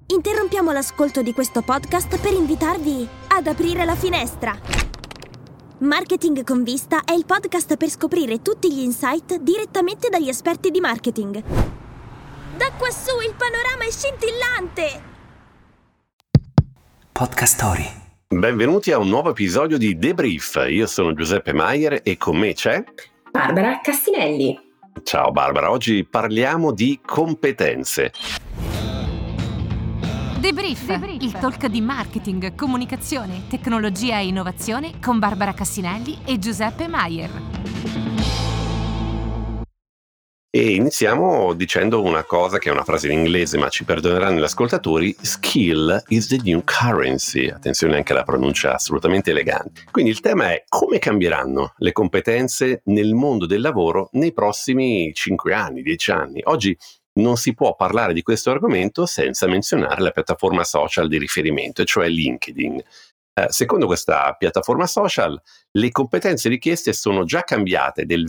Interrompiamo l'ascolto di questo podcast per invitarvi ad aprire la finestra. Marketing con Vista è il podcast per scoprire tutti gli insight direttamente dagli esperti di marketing. Da quassù il panorama è scintillante! Podcast Story. Benvenuti a un nuovo episodio di Debrief. Io sono Giuseppe Maier e con me c'è Barbara Castinelli. Ciao Barbara, oggi parliamo di competenze. Debrief, il talk di marketing, comunicazione, tecnologia e innovazione con Barbara Castinelli e Giuseppe Maier. E iniziamo dicendo una cosa che è una frase in inglese, ma ci perdoneranno gli ascoltatori: skill is the new currency. Attenzione anche alla pronuncia assolutamente elegante. Quindi il tema è: come cambieranno le competenze nel mondo del lavoro nei prossimi 5 anni, 10 anni? Oggi non si può parlare di questo argomento senza menzionare la piattaforma social di riferimento, cioè LinkedIn. Secondo questa piattaforma social, le competenze richieste sono già cambiate del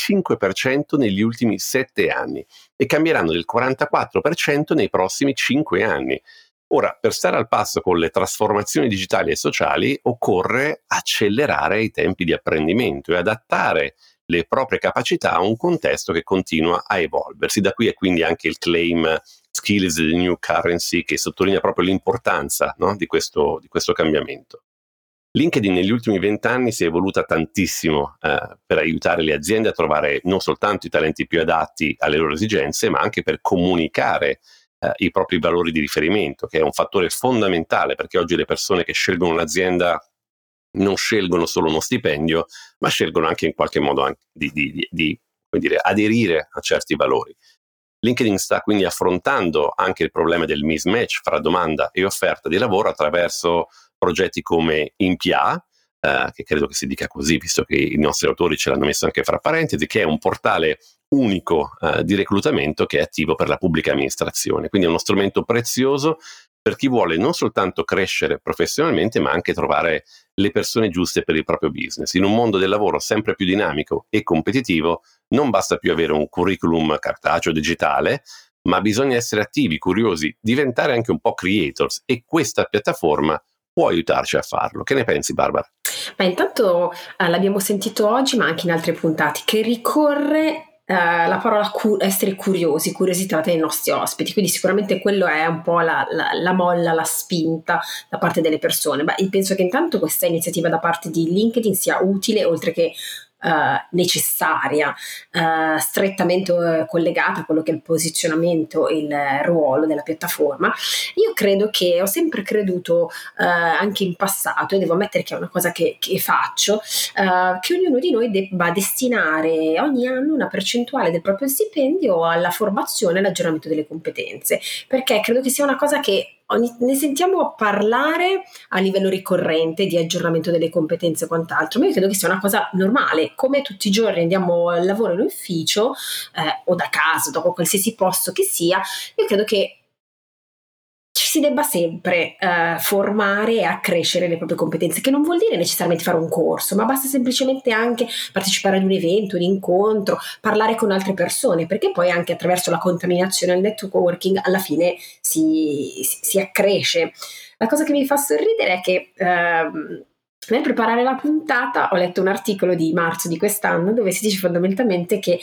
25% negli ultimi 7 anni e cambieranno del 44% nei prossimi 5 anni. Ora, per stare al passo con le trasformazioni digitali e sociali, occorre accelerare i tempi di apprendimento e adattare le proprie capacità a un contesto che continua a evolversi. Da qui è quindi anche il claim "Skill is the new currency", che sottolinea proprio l'importanza, no, di questo cambiamento. LinkedIn negli ultimi 20 anni si è evoluta tantissimo per aiutare le aziende a trovare non soltanto i talenti più adatti alle loro esigenze, ma anche per comunicare i propri valori di riferimento, che è un fattore fondamentale, perché oggi le persone che scelgono l'azienda non scelgono solo uno stipendio, ma scelgono anche in qualche modo anche di aderire a certi valori. LinkedIn sta quindi affrontando anche il problema del mismatch fra domanda e offerta di lavoro attraverso progetti come Impia, che credo che si dica così, visto che i nostri autori ce l'hanno messo anche fra parentesi, che è un portale unico di reclutamento che è attivo per la pubblica amministrazione. Quindi è uno strumento prezioso per chi vuole non soltanto crescere professionalmente, ma anche trovare le persone giuste per il proprio business. In un mondo del lavoro sempre più dinamico e competitivo, non basta più avere un curriculum cartaceo digitale, ma bisogna essere attivi, curiosi, diventare anche un po' creators, e questa piattaforma può aiutarci a farlo. Che ne pensi, Barbara? Intanto l'abbiamo sentito oggi, ma anche in altre puntate, che ricorre la parola essere curiosi, curiosità dei nostri ospiti, quindi sicuramente quello è un po' la molla, la spinta da parte delle persone. Io penso che intanto questa iniziativa da parte di LinkedIn sia utile, oltre che necessaria, strettamente collegata a quello che è il posizionamento e il ruolo della piattaforma. Io credo che ho sempre creduto anche in passato, e devo ammettere che è una cosa che faccio, che ognuno di noi debba destinare ogni anno una percentuale del proprio stipendio alla formazione e all'aggiornamento delle competenze, perché credo che sia una cosa che ne sentiamo parlare a livello ricorrente di aggiornamento delle competenze e quant'altro, ma io credo che sia una cosa normale, come tutti i giorni andiamo al lavoro in ufficio o da casa, dopo qualsiasi posto che sia. Io credo che ci si debba sempre formare e accrescere le proprie competenze, che non vuol dire necessariamente fare un corso, ma basta semplicemente anche partecipare ad un evento, un incontro, parlare con altre persone, perché poi anche attraverso la contaminazione e il networking alla fine si accresce. La cosa che mi fa sorridere è che nel preparare la puntata ho letto un articolo di marzo di quest'anno dove si dice fondamentalmente che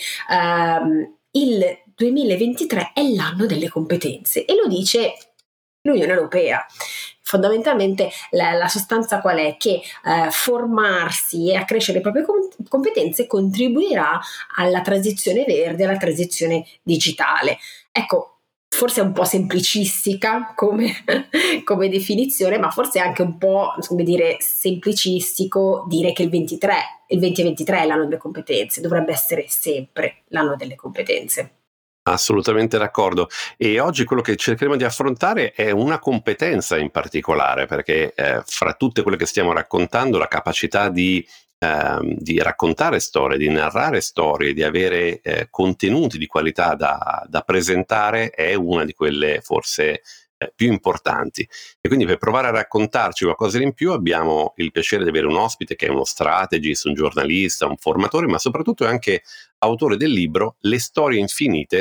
il 2023 è l'anno delle competenze, e lo dice l'Unione Europea. Fondamentalmente la sostanza qual è? Che formarsi e accrescere le proprie competenze contribuirà alla transizione verde, alla transizione digitale. Ecco, forse è un po' semplicistica come definizione, ma forse è anche un po', come dire, semplicistico dire che il 2023 è l'anno delle competenze. Dovrebbe essere sempre l'anno delle competenze. Assolutamente d'accordo. E oggi quello che cercheremo di affrontare è una competenza in particolare, perché fra tutte quelle che stiamo raccontando, la capacità di raccontare storie, di narrare storie, di avere contenuti di qualità da presentare è una di quelle forse più importanti. E quindi per provare a raccontarci qualcosa in più abbiamo il piacere di avere un ospite che è uno strategist, un giornalista, un formatore, ma soprattutto è anche autore del libro Le storie infinite,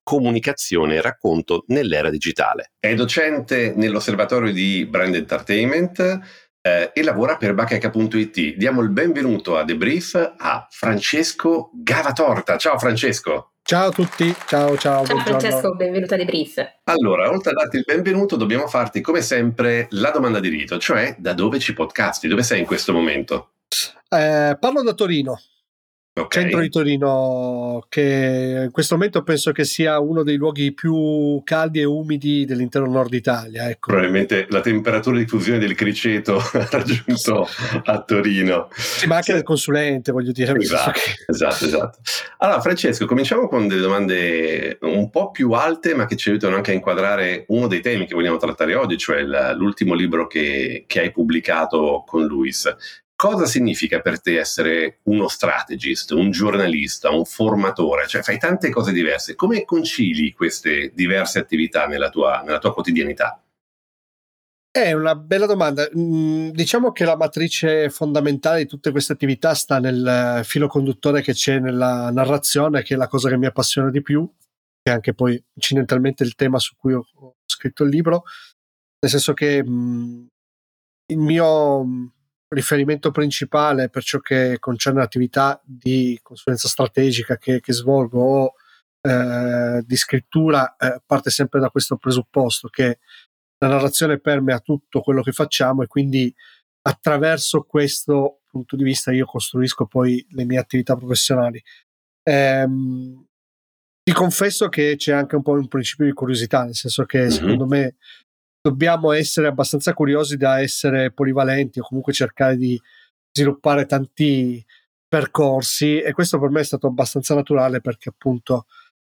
comunicazione e racconto nell'era digitale. È docente nell'osservatorio di Brand Entertainment e lavora per bacheca.it. Diamo il benvenuto a Debrief a Francesco Gavatorta. Ciao Francesco. Ciao a tutti, ciao, Ciao buongiorno. Francesco, benvenuto a Debrief. Allora, oltre a darti il benvenuto, dobbiamo farti come sempre la domanda di rito, cioè da dove ci podcasti? Dove sei in questo momento? Parlo da Torino, Okay. centro di Torino, che in questo momento penso che sia uno dei luoghi più caldi e umidi dell'intero nord Italia. Ecco. Probabilmente la temperatura di fusione del criceto ha raggiunto a Torino. Sì, ma anche del consulente, voglio dire. Esatto. Allora Francesco, cominciamo con delle domande un po' più alte, ma che ci aiutano anche a inquadrare uno dei temi che vogliamo trattare oggi, cioè l'ultimo libro che hai pubblicato con Luis. Cosa significa per te essere uno strategist, un giornalista, un formatore? Cioè fai tante cose diverse. Come concili queste diverse attività nella tua quotidianità? È una bella domanda. Diciamo che la matrice fondamentale di tutte queste attività sta nel filo conduttore che c'è nella narrazione, che è la cosa che mi appassiona di più, che è anche poi incidentalmente il tema su cui ho scritto il libro, nel senso che il mio riferimento principale per ciò che concerne l'attività di consulenza strategica che svolgo o di scrittura parte sempre da questo presupposto che la narrazione permea tutto quello che facciamo e quindi attraverso questo punto di vista io costruisco poi le mie attività professionali. Ti confesso che c'è anche un po' un principio di curiosità, nel senso che secondo me dobbiamo essere abbastanza curiosi da essere polivalenti o comunque cercare di sviluppare tanti percorsi, e questo per me è stato abbastanza naturale perché appunto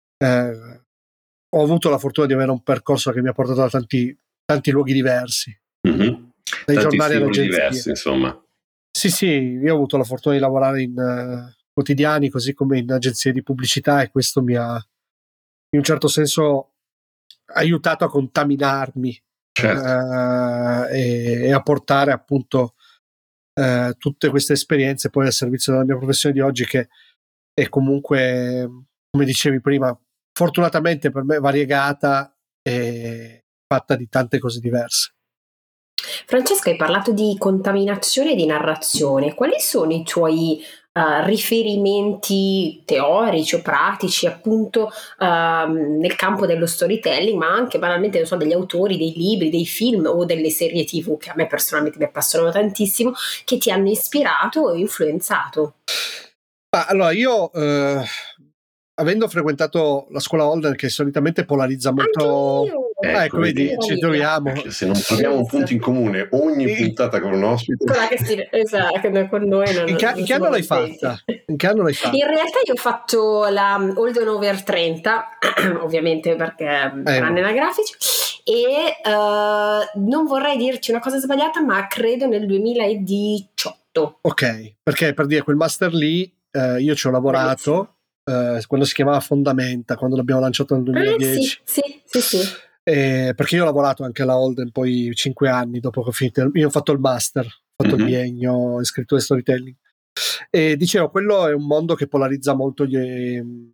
ho avuto la fortuna di avere un percorso che mi ha portato da tanti luoghi diversi, dai giornali alle agenzie diversi, insomma. Sì, io ho avuto la fortuna di lavorare in quotidiani così come in agenzie di pubblicità e questo mi ha in un certo senso aiutato a contaminarmi. Certo. E a portare appunto tutte queste esperienze poi al servizio della mia professione di oggi, che è comunque, come dicevi prima, fortunatamente per me variegata e fatta di tante cose diverse. Francesco, hai parlato di contaminazione e di narrazione. Quali sono i tuoi riferimenti teorici o pratici appunto nel campo dello storytelling, ma anche banalmente non so, degli autori, dei libri, dei film o delle serie TV che a me personalmente mi appassionano tantissimo, che ti hanno ispirato o influenzato? Allora io avendo frequentato la scuola Holden, che solitamente polarizza molto. Ecco, vedi, ci troviamo. Se non troviamo un punto in comune ogni puntata con un ospite. Esatto, con noi non. In che anno l'hai fatta? In realtà io ho fatto la Holden Over 30, ovviamente perché tranne anagrafici, e non vorrei dirci una cosa sbagliata, ma credo nel 2018. Ok, perché per dire quel master lì io ci ho lavorato quando si chiamava Fondamenta, quando l'abbiamo lanciato nel 2010. Sì. Perché io ho lavorato anche alla Holden poi 5 anni dopo che ho finito. Io ho fatto il master, ho fatto il biennio in scrittura e storytelling. E dicevo, quello è un mondo che polarizza molto in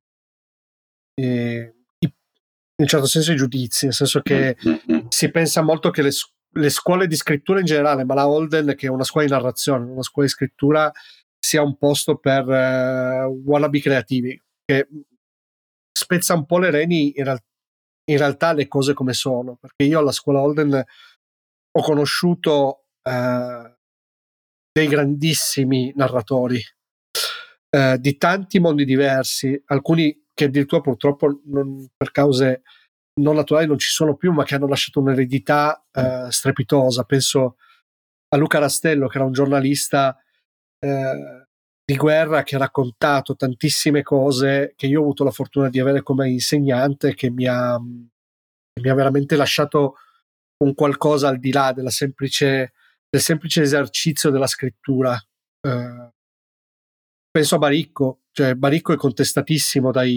un certo senso i giudizi, nel senso che si pensa molto che le scuole di scrittura in generale, ma la Holden, che è una scuola di narrazione, una scuola di scrittura, sia un posto per wannabe creativi, che spezza un po' le reni in realtà le cose come sono, perché io alla scuola Holden ho conosciuto dei grandissimi narratori di tanti mondi diversi, alcuni che addirittura purtroppo per cause non naturali non ci sono più, ma che hanno lasciato un'eredità strepitosa. Penso a Luca Rastello, che era un giornalista di guerra, che ha raccontato tantissime cose che io ho avuto la fortuna di avere come insegnante, che mi ha veramente lasciato un qualcosa al di là del semplice esercizio della scrittura. Penso a Baricco, cioè Baricco è contestatissimo da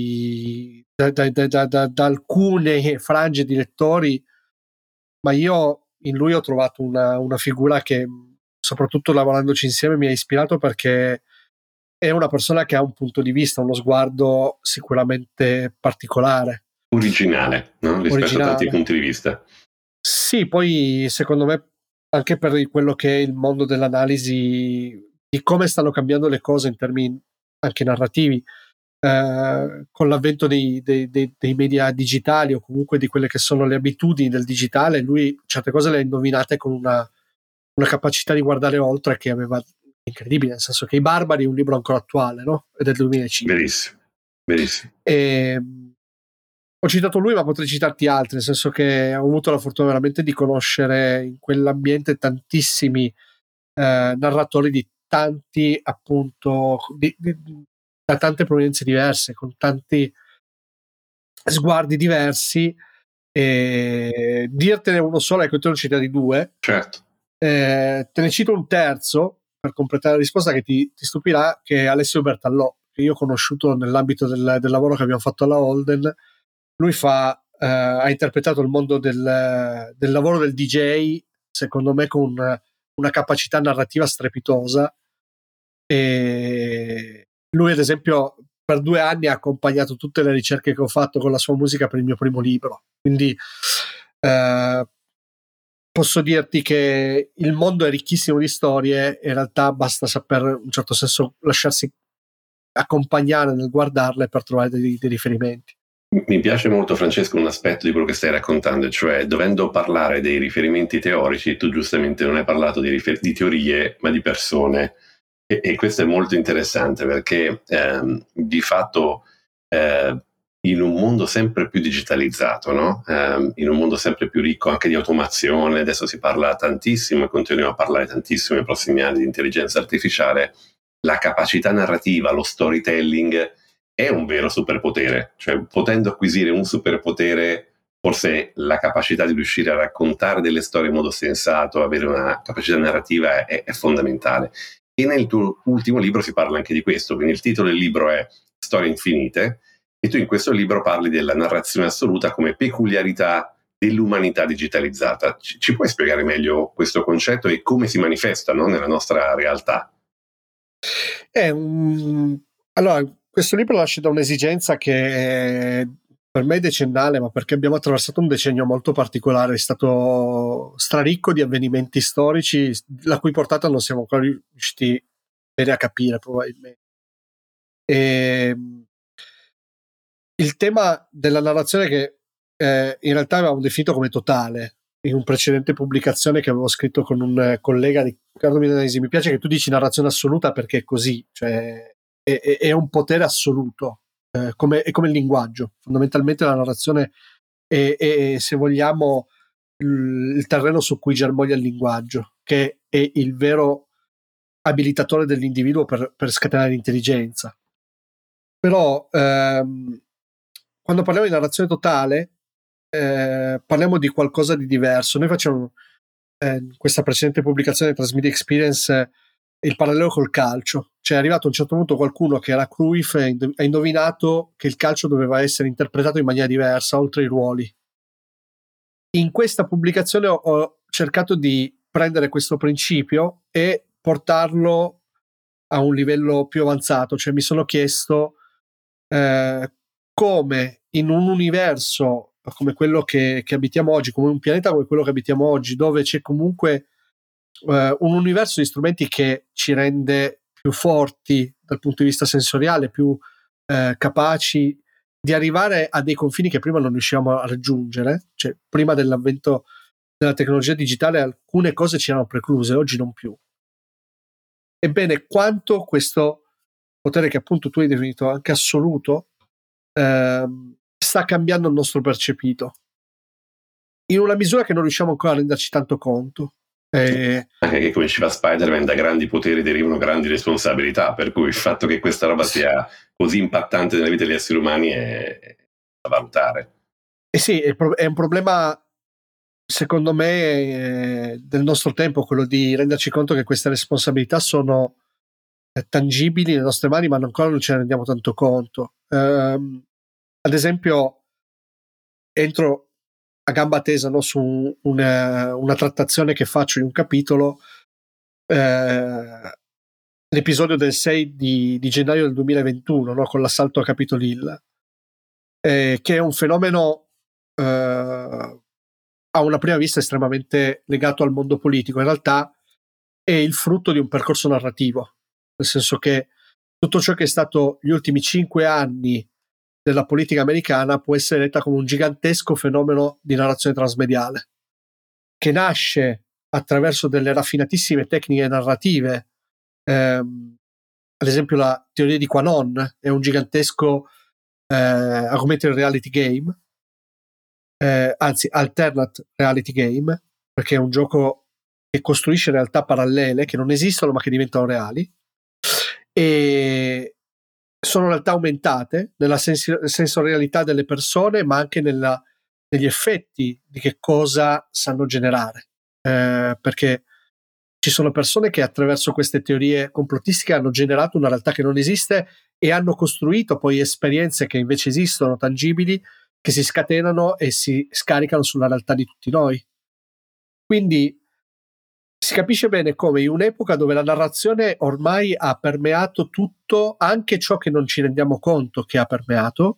alcune frange di lettori, ma io in lui ho trovato una figura che, soprattutto lavorandoci insieme, mi ha ispirato, perché è una persona che ha un punto di vista, uno sguardo sicuramente particolare. originale, no? Rispetto a tanti punti di vista. Sì, poi secondo me anche per quello che è il mondo dell'analisi di come stanno cambiando le cose in termini anche narrativi, con l'avvento dei media digitali o comunque di quelle che sono le abitudini del digitale, lui certe cose le ha indovinate con una capacità di guardare oltre che aveva incredibile, nel senso che I Barbari è un libro ancora attuale, no? È del 2005. Verissimo. E ho citato lui, ma potrei citarti altri, nel senso che ho avuto la fortuna veramente di conoscere in quell'ambiente tantissimi narratori di tanti, appunto, da tante provenienze diverse, con tanti sguardi diversi. E dirtene uno solo, ecco, te ne ho citati due. Certo. Te ne cito un terzo per completare la risposta che ti stupirà, che è Alessio Bertallò, che io ho conosciuto nell'ambito del lavoro che abbiamo fatto alla Holden. Lui ha interpretato il mondo del lavoro del DJ, secondo me con una capacità narrativa strepitosa, e lui ad esempio per 2 anni ha accompagnato tutte le ricerche che ho fatto con la sua musica per il mio primo libro, quindi posso dirti che il mondo è ricchissimo di storie e in realtà basta saper in un certo senso lasciarsi accompagnare nel guardarle per trovare dei riferimenti. Mi piace molto, Francesco, un aspetto di quello che stai raccontando, cioè dovendo parlare dei riferimenti teorici, tu giustamente non hai parlato di teorie ma di persone, e questo è molto interessante perché di fatto in un mondo sempre più digitalizzato, no? In un mondo sempre più ricco anche di automazione, adesso si parla tantissimo e continuiamo a parlare tantissimo nei prossimi anni di intelligenza artificiale, la capacità narrativa, lo storytelling è un vero superpotere, cioè potendo acquisire un superpotere, forse la capacità di riuscire a raccontare delle storie in modo sensato, avere una capacità narrativa è fondamentale. E nel tuo ultimo libro si parla anche di questo, quindi il titolo del libro è Storie infinite, e tu in questo libro parli della narrazione assoluta come peculiarità dell'umanità digitalizzata. Ci puoi spiegare meglio questo concetto e come si manifesta, no, nella nostra realtà? Allora, questo libro nasce da un'esigenza che per me è decennale, ma perché abbiamo attraversato un decennio molto particolare, è stato straricco di avvenimenti storici la cui portata non siamo ancora riusciti bene a capire, probabilmente. Il tema della narrazione che in realtà avevamo definito come totale in una precedente pubblicazione che avevo scritto con un collega di Riccardo Milanesi. Mi piace che tu dici narrazione assoluta perché è così, cioè è un potere assoluto, è come il linguaggio. Fondamentalmente la narrazione è se vogliamo il terreno su cui germoglia il linguaggio, che è il vero abilitatore dell'individuo per scatenare l'intelligenza. Però quando parliamo di narrazione totale parliamo di qualcosa di diverso. Noi facciamo in questa precedente pubblicazione di Transmedia Experience il parallelo col calcio, cioè è arrivato a un certo punto qualcuno che era Cruyff e ha indovinato che il calcio doveva essere interpretato in maniera diversa oltre i ruoli. In questa pubblicazione ho cercato di prendere questo principio e portarlo a un livello più avanzato, cioè mi sono chiesto come in un universo come quello che abitiamo oggi, come un pianeta come quello che abitiamo oggi, dove c'è comunque un universo di strumenti che ci rende più forti dal punto di vista sensoriale, più capaci di arrivare a dei confini che prima non riuscivamo a raggiungere, cioè prima dell'avvento della tecnologia digitale alcune cose ci erano precluse, oggi non più. Ebbene, quanto questo potere che appunto tu hai definito anche assoluto sta cambiando il nostro percepito in una misura che non riusciamo ancora a renderci tanto conto. Anche che, come diceva Spider-Man, da grandi poteri derivano grandi responsabilità, per cui il fatto che questa roba sia così impattante nella vita degli esseri umani è da valutare. Sì, è un problema secondo me del nostro tempo, quello di renderci conto che queste responsabilità sono tangibili nelle nostre mani, ma ancora non ce ne rendiamo tanto conto. Ad esempio, entro a gamba tesa, no, su una trattazione che faccio in un capitolo, l'episodio del 6 di gennaio del 2021, no, con l'assalto a Capitol Hill. che è un fenomeno a una prima vista estremamente legato al mondo politico. In realtà è il frutto di un percorso narrativo, nel senso che tutto ciò che è stato gli ultimi 5 anni della politica americana può essere letta come un gigantesco fenomeno di narrazione transmediale, che nasce attraverso delle raffinatissime tecniche narrative. Ad esempio la teoria di Quanon è un gigantesco augmented reality game, anzi alternate reality game, perché è un gioco che costruisce realtà parallele che non esistono ma che diventano reali, e sono realtà aumentate nella sensorialità delle persone, ma anche negli effetti di che cosa sanno generare, perché ci sono persone che attraverso queste teorie complottistiche hanno generato una realtà che non esiste e hanno costruito poi esperienze che invece esistono, tangibili, che si scatenano e si scaricano sulla realtà di tutti noi. Quindi si capisce bene come in un'epoca dove la narrazione ormai ha permeato tutto, anche ciò che non ci rendiamo conto che ha permeato,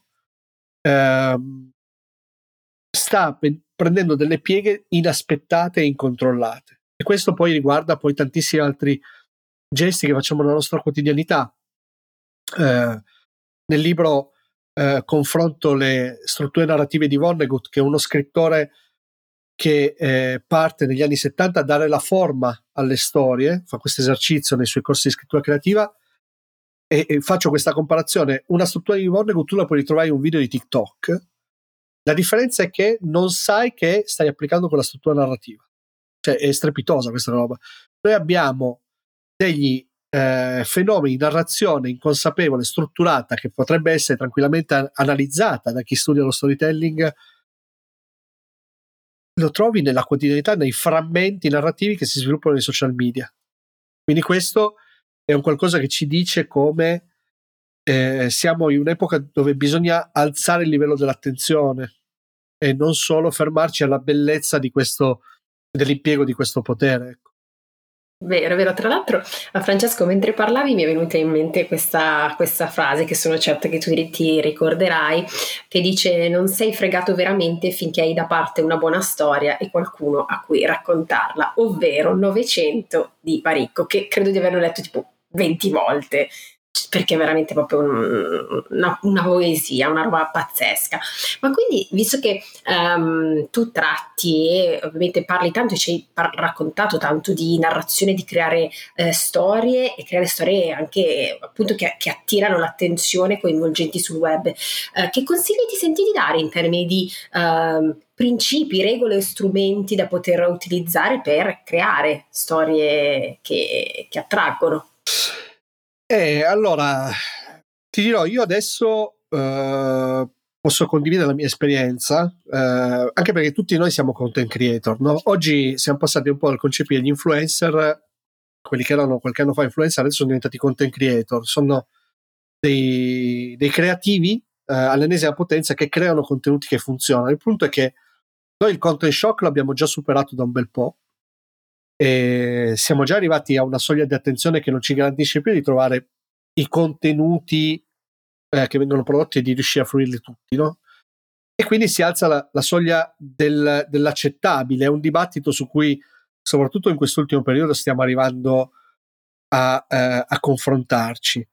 sta prendendo delle pieghe inaspettate e incontrollate. E questo poi riguarda poi tantissimi altri gesti che facciamo nella nostra quotidianità. Nel libro confronto le strutture narrative di Vonnegut, che è uno scrittore che parte negli anni 70 a dare la forma alle storie, fa questo esercizio nei suoi corsi di scrittura creativa, e faccio questa comparazione. Una struttura di Vonnegut tu la puoi ritrovare in un video di TikTok, la differenza è che non sai che stai applicando quella struttura narrativa, cioè è strepitosa questa roba. Noi abbiamo degli fenomeni di narrazione inconsapevole, strutturata, che potrebbe essere tranquillamente analizzata da chi studia lo storytelling. Lo trovi nella quotidianità, nei frammenti narrativi che si sviluppano nei social media. Quindi questo è un qualcosa che ci dice come siamo in un'epoca dove bisogna alzare il livello dell'attenzione e non solo fermarci alla bellezza di dell'impiego di questo potere, ecco. Vero, vero. Tra l'altro, Francesco, mentre parlavi mi è venuta in mente questa frase che sono certa che tu ti ricorderai, che dice: non sei fregato veramente finché hai da parte una buona storia e qualcuno a cui raccontarla, ovvero 900 di Baricco, che credo di averlo letto tipo 20 volte, perché è veramente proprio una poesia, una roba pazzesca. Ma quindi, visto che tu tratti e ovviamente parli tanto e ci hai raccontato tanto di narrazione, di creare storie, e creare storie anche appunto che attirano l'attenzione, coinvolgenti sul web, che consigli ti senti di dare in termini di principi, regole e strumenti da poter utilizzare per creare storie che attraggono? Allora, ti dirò, io adesso posso condividere la mia esperienza, anche perché tutti noi siamo content creator, no? Oggi siamo passati un po' dal concepire gli influencer, quelli che erano qualche anno fa influencer, adesso sono diventati content creator, sono dei creativi all'ennesima potenza, che creano contenuti che funzionano. Il punto è che noi il content shock l'abbiamo già superato da un bel po', e siamo già arrivati a una soglia di attenzione che non ci garantisce più di trovare i contenuti che vengono prodotti e di riuscire a fruirli tutti, no? E quindi si alza la soglia dell'accettabile. È un dibattito su cui soprattutto in quest'ultimo periodo stiamo arrivando a confrontarci.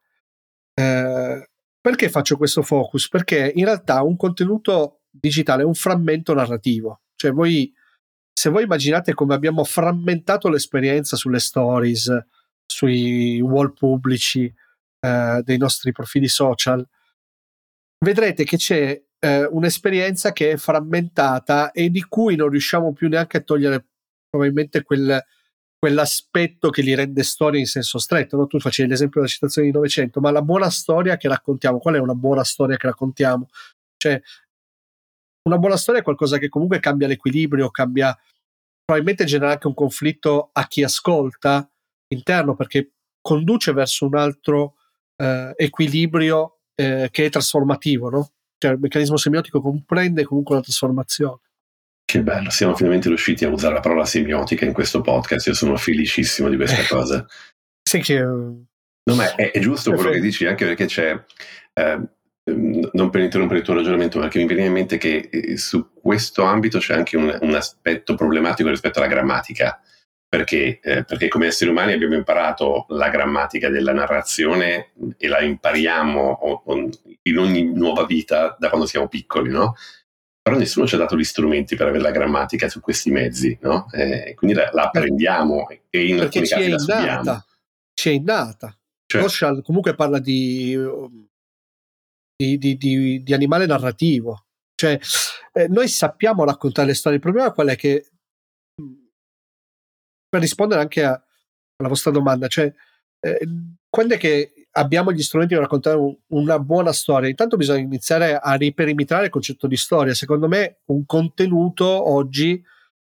Perché faccio questo focus? Perché in realtà un contenuto digitale è un frammento narrativo, cioè se voi immaginate come abbiamo frammentato l'esperienza sulle stories, sui wall pubblici dei nostri profili social, vedrete che c'è un'esperienza che è frammentata e di cui non riusciamo più neanche a togliere probabilmente quell'aspetto che li rende storie in senso stretto, no? Tu facevi l'esempio della citazione di 900, ma la buona storia che raccontiamo, qual è una buona storia che raccontiamo? Cioè, una buona storia è qualcosa che comunque cambia l'equilibrio, probabilmente genera anche un conflitto a chi ascolta interno, perché conduce verso un altro equilibrio che è trasformativo, no? Cioè il meccanismo semiotico comprende comunque una trasformazione. Che bello, siamo finalmente riusciti a usare la parola semiotica in questo podcast, io sono felicissimo di questa cosa. Sì, che no, ma è giusto quello che dici, anche perché c'è non per interrompere il tuo ragionamento, perché mi viene in mente che su questo ambito c'è anche un aspetto problematico rispetto alla grammatica, perché come esseri umani abbiamo imparato la grammatica della narrazione e la impariamo in ogni nuova vita da quando siamo piccoli, no? Però nessuno ci ha dato gli strumenti per avere la grammatica su questi mezzi, no? Quindi la apprendiamo e in alcuni casi la subiamo. Ci è innata. Cioè, Goshal comunque parla di animale narrativo, cioè noi sappiamo raccontare le storie. Il problema qual è? Che per rispondere anche alla vostra domanda, cioè quando è che abbiamo gli strumenti per raccontare una buona storia? Intanto bisogna iniziare a riperimetrare il concetto di storia. Secondo me un contenuto oggi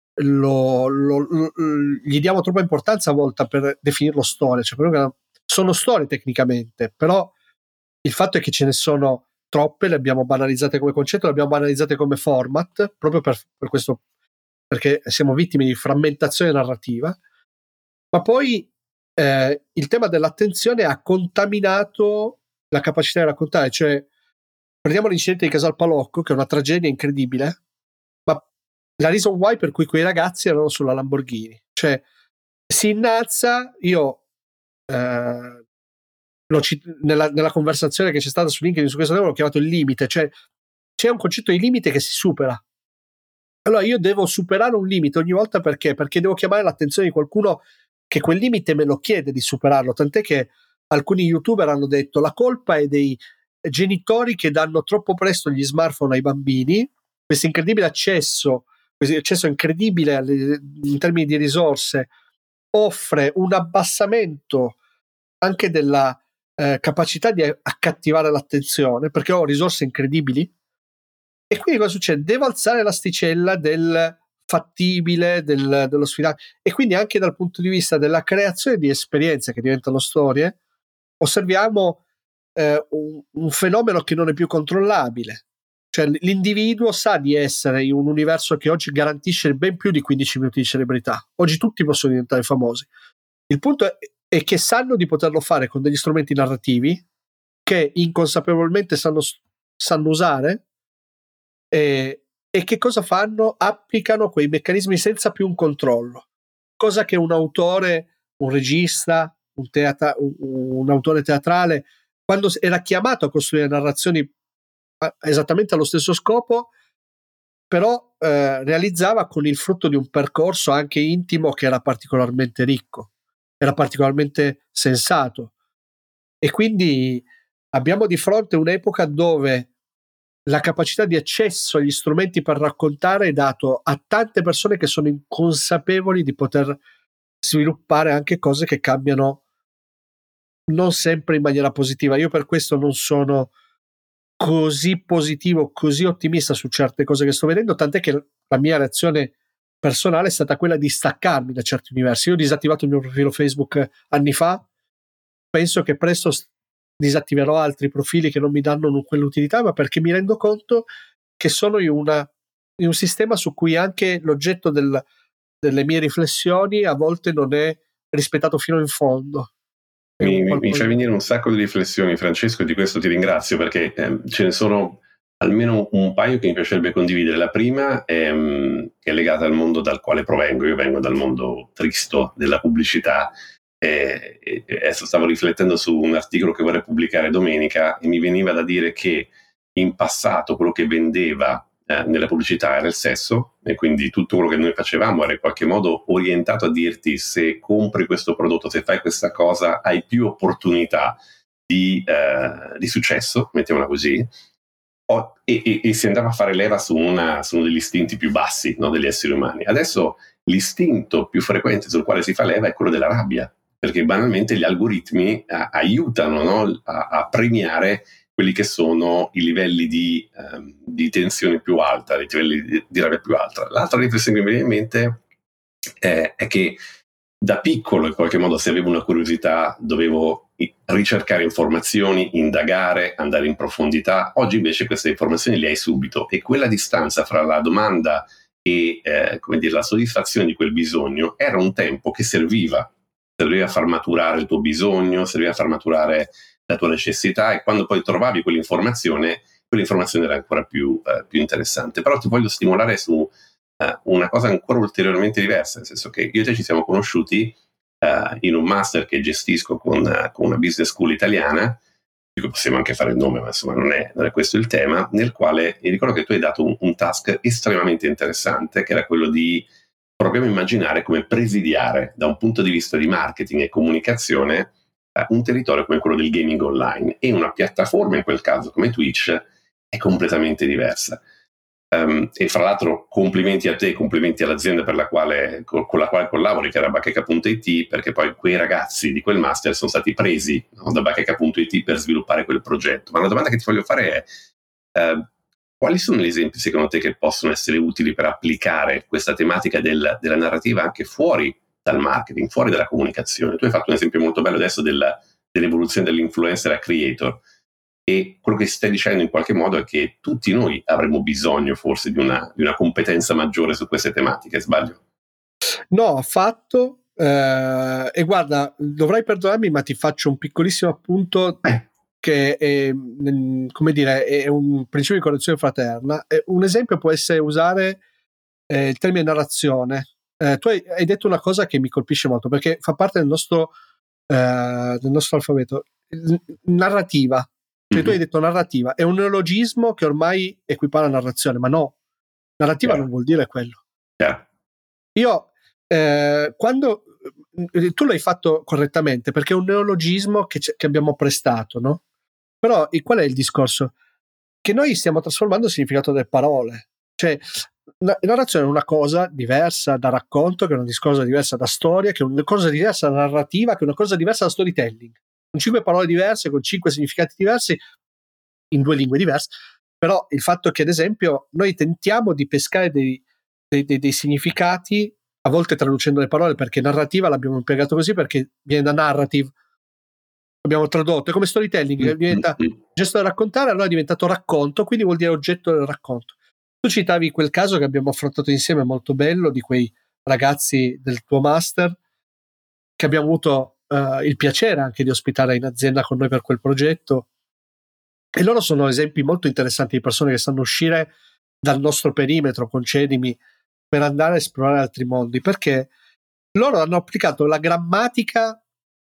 gli diamo troppa importanza a volte per definirlo storia, cioè sono storie tecnicamente, però il fatto è che ce ne sono troppe, le abbiamo banalizzate come concetto, le abbiamo banalizzate come format, proprio per questo, perché siamo vittime di frammentazione narrativa. Ma poi il tema dell'attenzione ha contaminato la capacità di raccontare. Cioè, prendiamo l'incidente di Casalpalocco, che è una tragedia incredibile, ma la reason why per cui quei ragazzi erano sulla Lamborghini, cioè si innalza, io nella conversazione che c'è stata su LinkedIn su questo tema l'ho chiamato il limite, cioè c'è un concetto di limite che si supera. Allora io devo superare un limite ogni volta, perché devo chiamare l'attenzione di qualcuno che quel limite me lo chiede di superarlo, tant'è che alcuni youtuber hanno detto la colpa è dei genitori che danno troppo presto gli smartphone ai bambini, questo accesso incredibile in termini di risorse offre un abbassamento anche della capacità di accattivare l'attenzione, perché ho risorse incredibili. E quindi cosa succede? Devo alzare l'asticella del fattibile, dello sfidante, e quindi anche dal punto di vista della creazione di esperienze che diventano storie osserviamo un fenomeno che non è più controllabile. Cioè l'individuo sa di essere in un universo che oggi garantisce ben più di 15 minuti di celebrità. Oggi tutti possono diventare famosi. Il punto è che sanno di poterlo fare con degli strumenti narrativi che inconsapevolmente sanno usare, e che cosa fanno? Applicano quei meccanismi senza più un controllo, cosa che un autore, un regista, un autore teatrale, quando era chiamato a costruire narrazioni esattamente allo stesso scopo, però realizzava con il frutto di un percorso anche intimo che era particolarmente ricco, era particolarmente sensato. E quindi abbiamo di fronte un'epoca dove la capacità di accesso agli strumenti per raccontare è dato a tante persone che sono inconsapevoli di poter sviluppare anche cose che cambiano non sempre in maniera positiva. Io per questo non sono così positivo, così ottimista su certe cose che sto vedendo, tant'è che la mia reazione personale è stata quella di staccarmi da certi universi. Io ho disattivato il mio profilo Facebook anni fa, penso che presto disattiverò altri profili che non mi danno quell'utilità, ma perché mi rendo conto che sono in un sistema su cui anche l'oggetto delle mie riflessioni a volte non è rispettato fino in fondo. Mi fai venire un sacco di riflessioni, Francesco, e di questo ti ringrazio, perché ce ne sono almeno un paio che mi piacerebbe condividere. La prima è legata al mondo dal quale provengo. Io vengo dal mondo tristo della pubblicità. E adesso stavo riflettendo su un articolo che vorrei pubblicare domenica e mi veniva da dire che in passato quello che vendeva nella pubblicità era il sesso, e quindi tutto quello che noi facevamo era in qualche modo orientato a dirti: se compri questo prodotto, se fai questa cosa, hai più opportunità di successo, mettiamola così, e si andava a fare leva su uno degli istinti più bassi, no, degli esseri umani. Adesso l'istinto più frequente sul quale si fa leva è quello della rabbia, perché banalmente gli algoritmi aiutano, no, a premiare quelli che sono i livelli di tensione più alta, i livelli di rabbia più alta. L'altra riflessione che mi viene in mente è che da piccolo, in qualche modo, se avevo una curiosità, dovevo ricercare informazioni, indagare, andare in profondità. Oggi invece queste informazioni le hai subito, e quella distanza fra la domanda e la soddisfazione di quel bisogno era un tempo che serviva a far maturare il tuo bisogno, serviva a far maturare la tua necessità, e quando poi trovavi quell'informazione era ancora più interessante. Però ti voglio stimolare su una cosa ancora ulteriormente diversa, nel senso che io e te ci siamo conosciuti in un master che gestisco con una business school italiana, di cui possiamo anche fare il nome, ma insomma non è questo il tema, nel quale mi ricordo che tu hai dato un task estremamente interessante, che era quello di proviamo a immaginare come presidiare da un punto di vista di marketing e comunicazione un territorio come quello del gaming online, e una piattaforma in quel caso come Twitch è completamente diversa. E fra l'altro complimenti a te, complimenti all'azienda con la quale collabori, che era Bacheca.it, perché poi quei ragazzi di quel master sono stati presi, no, da Bacheca.it per sviluppare quel progetto. Ma la domanda che ti voglio fare è quali sono gli esempi secondo te che possono essere utili per applicare questa tematica della narrativa anche fuori dal marketing, fuori dalla comunicazione? Tu hai fatto un esempio molto bello adesso dell'evoluzione dell'influencer a creator, e quello che stai dicendo in qualche modo è che tutti noi avremmo bisogno forse di una competenza maggiore su queste tematiche, sbaglio? No, affatto. E guarda, dovrai perdonarmi, ma ti faccio un piccolissimo appunto che è, come dire, è un principio di correzione fraterna. Un esempio può essere usare il termine narrazione. Tu hai detto una cosa che mi colpisce molto, perché fa parte del nostro alfabeto. Narrativa. Cioè, tu hai detto narrativa, è un neologismo che ormai equipara narrazione, ma no, narrativa non vuol dire quello. Io, quando tu l'hai fatto correttamente, perché è un neologismo che abbiamo prestato, no? Però qual è il discorso? Che noi stiamo trasformando il significato delle parole. Cioè, narrazione è una cosa diversa da racconto, che è una cosa diversa da storia, che è una cosa diversa da narrativa, che è una cosa diversa da storytelling. Con 5 parole diverse, con 5 significati diversi, in 2 lingue diverse. Però il fatto che, ad esempio, noi tentiamo di pescare dei significati, a volte traducendo le parole, perché narrativa l'abbiamo impiegato così, perché viene da narrative, abbiamo tradotto, è come storytelling, che diventa gesto da raccontare, allora è diventato racconto, quindi vuol dire oggetto del racconto. Tu citavi quel caso che abbiamo affrontato insieme, molto bello, di quei ragazzi del tuo master, che abbiamo avuto il piacere anche di ospitare in azienda con noi per quel progetto, e loro sono esempi molto interessanti di persone che sanno uscire dal nostro perimetro, concedimi, per andare a esplorare altri mondi, perché loro hanno applicato la grammatica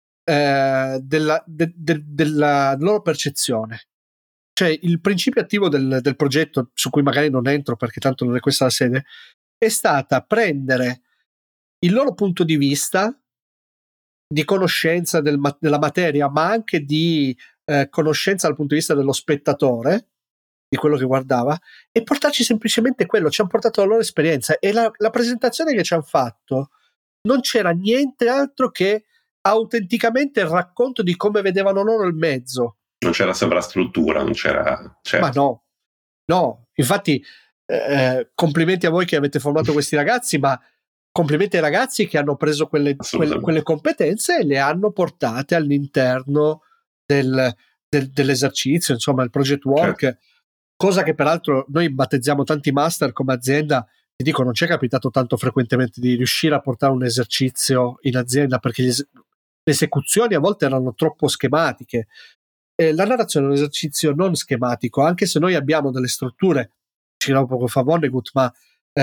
della loro percezione. Cioè, il principio attivo del progetto, su cui magari non entro perché tanto non è questa la sede, è stata prendere il loro punto di vista di conoscenza della materia, ma anche di conoscenza dal punto di vista dello spettatore, di quello che guardava, e portarci semplicemente quello. Ci hanno portato la loro esperienza, e la presentazione che ci hanno fatto non c'era niente altro che autenticamente il racconto di come vedevano loro il mezzo. Non c'era sovrastruttura, non c'era... Certo. Ma no, infatti complimenti a voi che avete formato questi ragazzi, ma complimenti ai ragazzi che hanno preso quelle competenze e le hanno portate all'interno dell'esercizio, insomma, il project work, certo. Cosa che peraltro noi battezziamo tanti master come azienda. Ti dico, non ci è capitato tanto frequentemente di riuscire a portare un esercizio in azienda, perché le esecuzioni a volte erano troppo schematiche. La narrazione è un esercizio non schematico, anche se noi abbiamo delle strutture, citavo poco fa Vonnegut, ma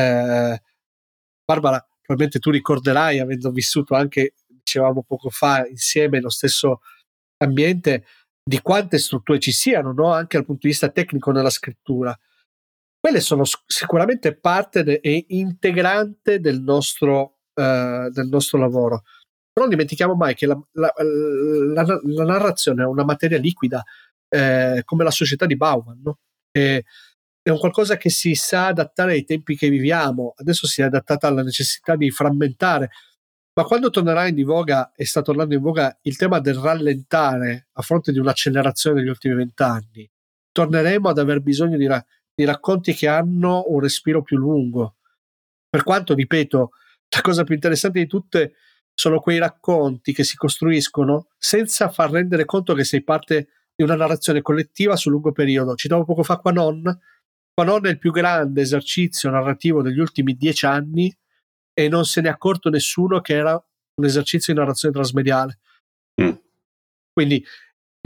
Barbara, probabilmente tu ricorderai, avendo vissuto anche, dicevamo poco fa, insieme lo stesso ambiente, di quante strutture ci siano, no? Anche dal punto di vista tecnico nella scrittura. Quelle sono sicuramente parte e integrante del nostro lavoro. Però non dimentichiamo mai che la narrazione è una materia liquida, come la società di Bauman, no? È un qualcosa che si sa adattare ai tempi che viviamo. Adesso si è adattata alla necessità di frammentare, ma quando tornerà in voga, e sta tornando in voga, il tema del rallentare a fronte di un'accelerazione degli ultimi 20 anni, torneremo ad aver bisogno di racconti che hanno un respiro più lungo. Per quanto, ripeto, la cosa più interessante di tutte sono quei racconti che si costruiscono senza far rendere conto che sei parte di una narrazione collettiva sul lungo periodo. Citavo poco fa Quanon è il più grande esercizio narrativo degli ultimi 10 anni, e non se ne è accorto nessuno che era un esercizio di narrazione transmediale. Quindi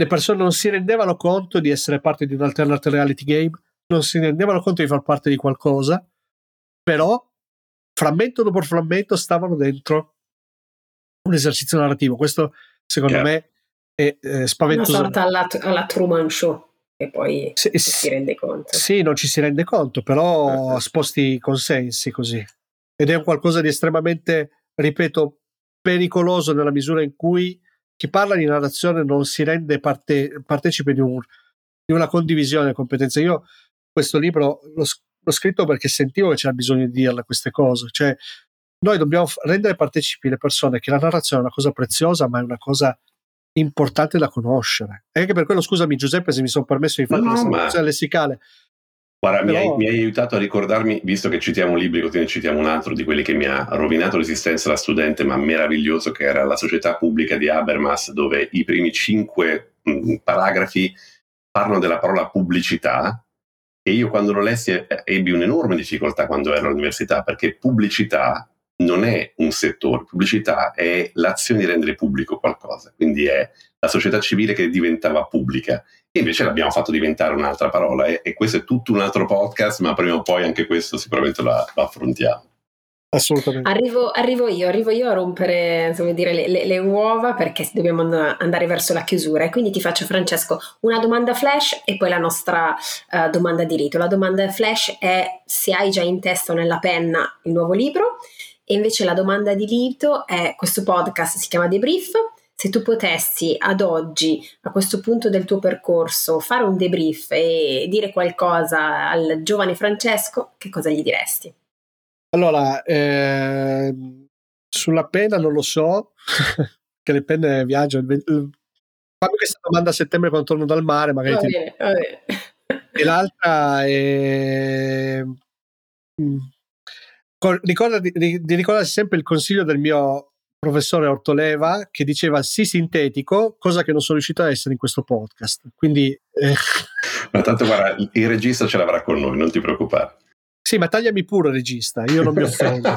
le persone non si rendevano conto di essere parte di un alternate reality game, non si rendevano conto di far parte di qualcosa, però frammento dopo frammento stavano dentro un esercizio narrativo. Questo secondo me è spaventoso. Una sorta alla Truman Show, e poi si rende conto. Sì, non ci si rende conto, però sposti i consensi così. Ed è un qualcosa di estremamente, ripeto, pericoloso nella misura in cui chi parla di narrazione non si rende partecipe di una condivisione di competenze. Io questo libro l'ho scritto perché sentivo che c'era bisogno di dirle queste cose, cioè noi dobbiamo rendere partecipi le persone che la narrazione è una cosa preziosa, ma è una cosa importante da conoscere. E anche per quello, scusami Giuseppe se mi sono permesso di fare questa lessicale. Guarda, mi hai aiutato a ricordarmi, visto che citiamo libri, così ne citiamo un altro di quelli che mi ha rovinato l'esistenza da studente, ma meraviglioso, che era La società pubblica di Habermas, dove i primi 5 paragrafi parlano della parola pubblicità, e io quando lo lessi ebbi un'enorme difficoltà quando ero all'università, perché pubblicità non è un settore, pubblicità è l'azione di rendere pubblico qualcosa, quindi è la società civile che diventava pubblica, e invece l'abbiamo fatto diventare un'altra parola, e questo è tutto un altro podcast, ma prima o poi anche questo sicuramente lo affrontiamo. Assolutamente. Arrivo io a rompere, insomma, dire, le uova, perché dobbiamo andare verso la chiusura, e quindi ti faccio, Francesco, una domanda flash e poi la nostra domanda di rito. La domanda flash è se hai già in testa o nella penna il nuovo libro, e invece la domanda di rito è: questo podcast si chiama Debrief, se tu potessi ad oggi, a questo punto del tuo percorso, fare un debrief e dire qualcosa al giovane Francesco, che cosa gli diresti? Allora, sulla penna non lo so, che le penne viaggiano. Fammi questa domanda a settembre quando torno dal mare, magari. Va bene. E l'altra è di ricordarsi sempre il consiglio del mio professore Ortoleva, che diceva sii sintetico, cosa che non sono riuscito a essere in questo podcast. Quindi ma tanto guarda, il regista ce l'avrà con noi, non ti preoccupare. Sì, ma tagliami pure, regista, io non mi offendo.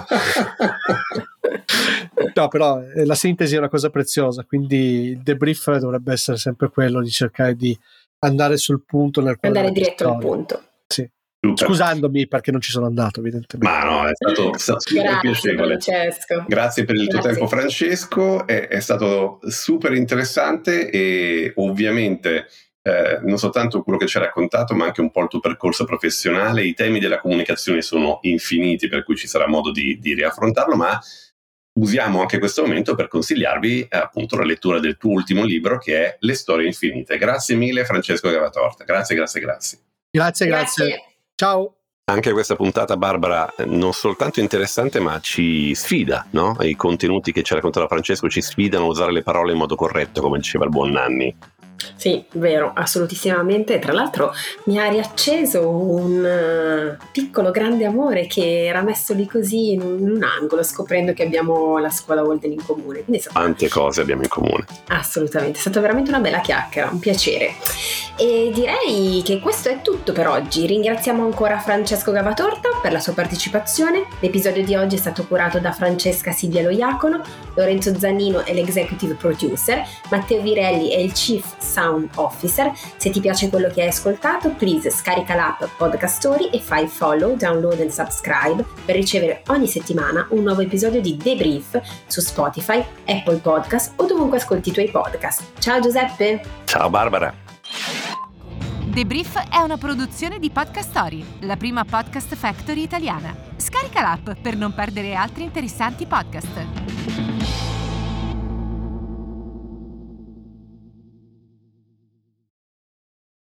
No, però la sintesi è una cosa preziosa, quindi il debrief dovrebbe essere sempre quello di cercare di andare sul punto, andare diretto al punto. Sì. Scusandomi perché non ci sono andato, evidentemente. Ma no, è stato super piacevole. Francesco. Grazie per il tuo tempo, Francesco, è stato super interessante, e ovviamente non soltanto quello che ci hai raccontato, ma anche un po' il tuo percorso professionale. I temi della comunicazione sono infiniti, per cui ci sarà modo di riaffrontarlo, ma usiamo anche questo momento per consigliarvi appunto la lettura del tuo ultimo libro, che è Le storie infinite. Grazie mille Francesco Gavatorta, grazie. Grazie. Ciao. Anche questa puntata, Barbara, non soltanto interessante, ma ci sfida, no? I contenuti che ci ha raccontato Francesco ci sfidano a usare le parole in modo corretto, come diceva il buon Nanni. Sì, vero, assolutissimamente. Tra l'altro mi ha riacceso un piccolo grande amore che era messo lì così in un angolo, scoprendo che abbiamo la scuola Walden in comune. Tante cose abbiamo in comune. Assolutamente, è stata veramente una bella chiacchiera, un piacere. E direi che questo è tutto per oggi. Ringraziamo ancora Francesco Gavatorta per la sua partecipazione. L'episodio di oggi è stato curato da Francesca Silvia Loiacono, Lorenzo Zannino è l'executive producer, Matteo Virelli è il chief sound officer. Se ti piace quello che hai ascoltato, please scarica l'app Podcast Story e fai follow, download e subscribe per ricevere ogni settimana un nuovo episodio di Debrief su Spotify, Apple Podcast o dovunque ascolti i tuoi podcast. Ciao Giuseppe! Ciao Barbara! Debrief è una produzione di Podcast Story, la prima podcast factory italiana. Scarica l'app per non perdere altri interessanti podcast.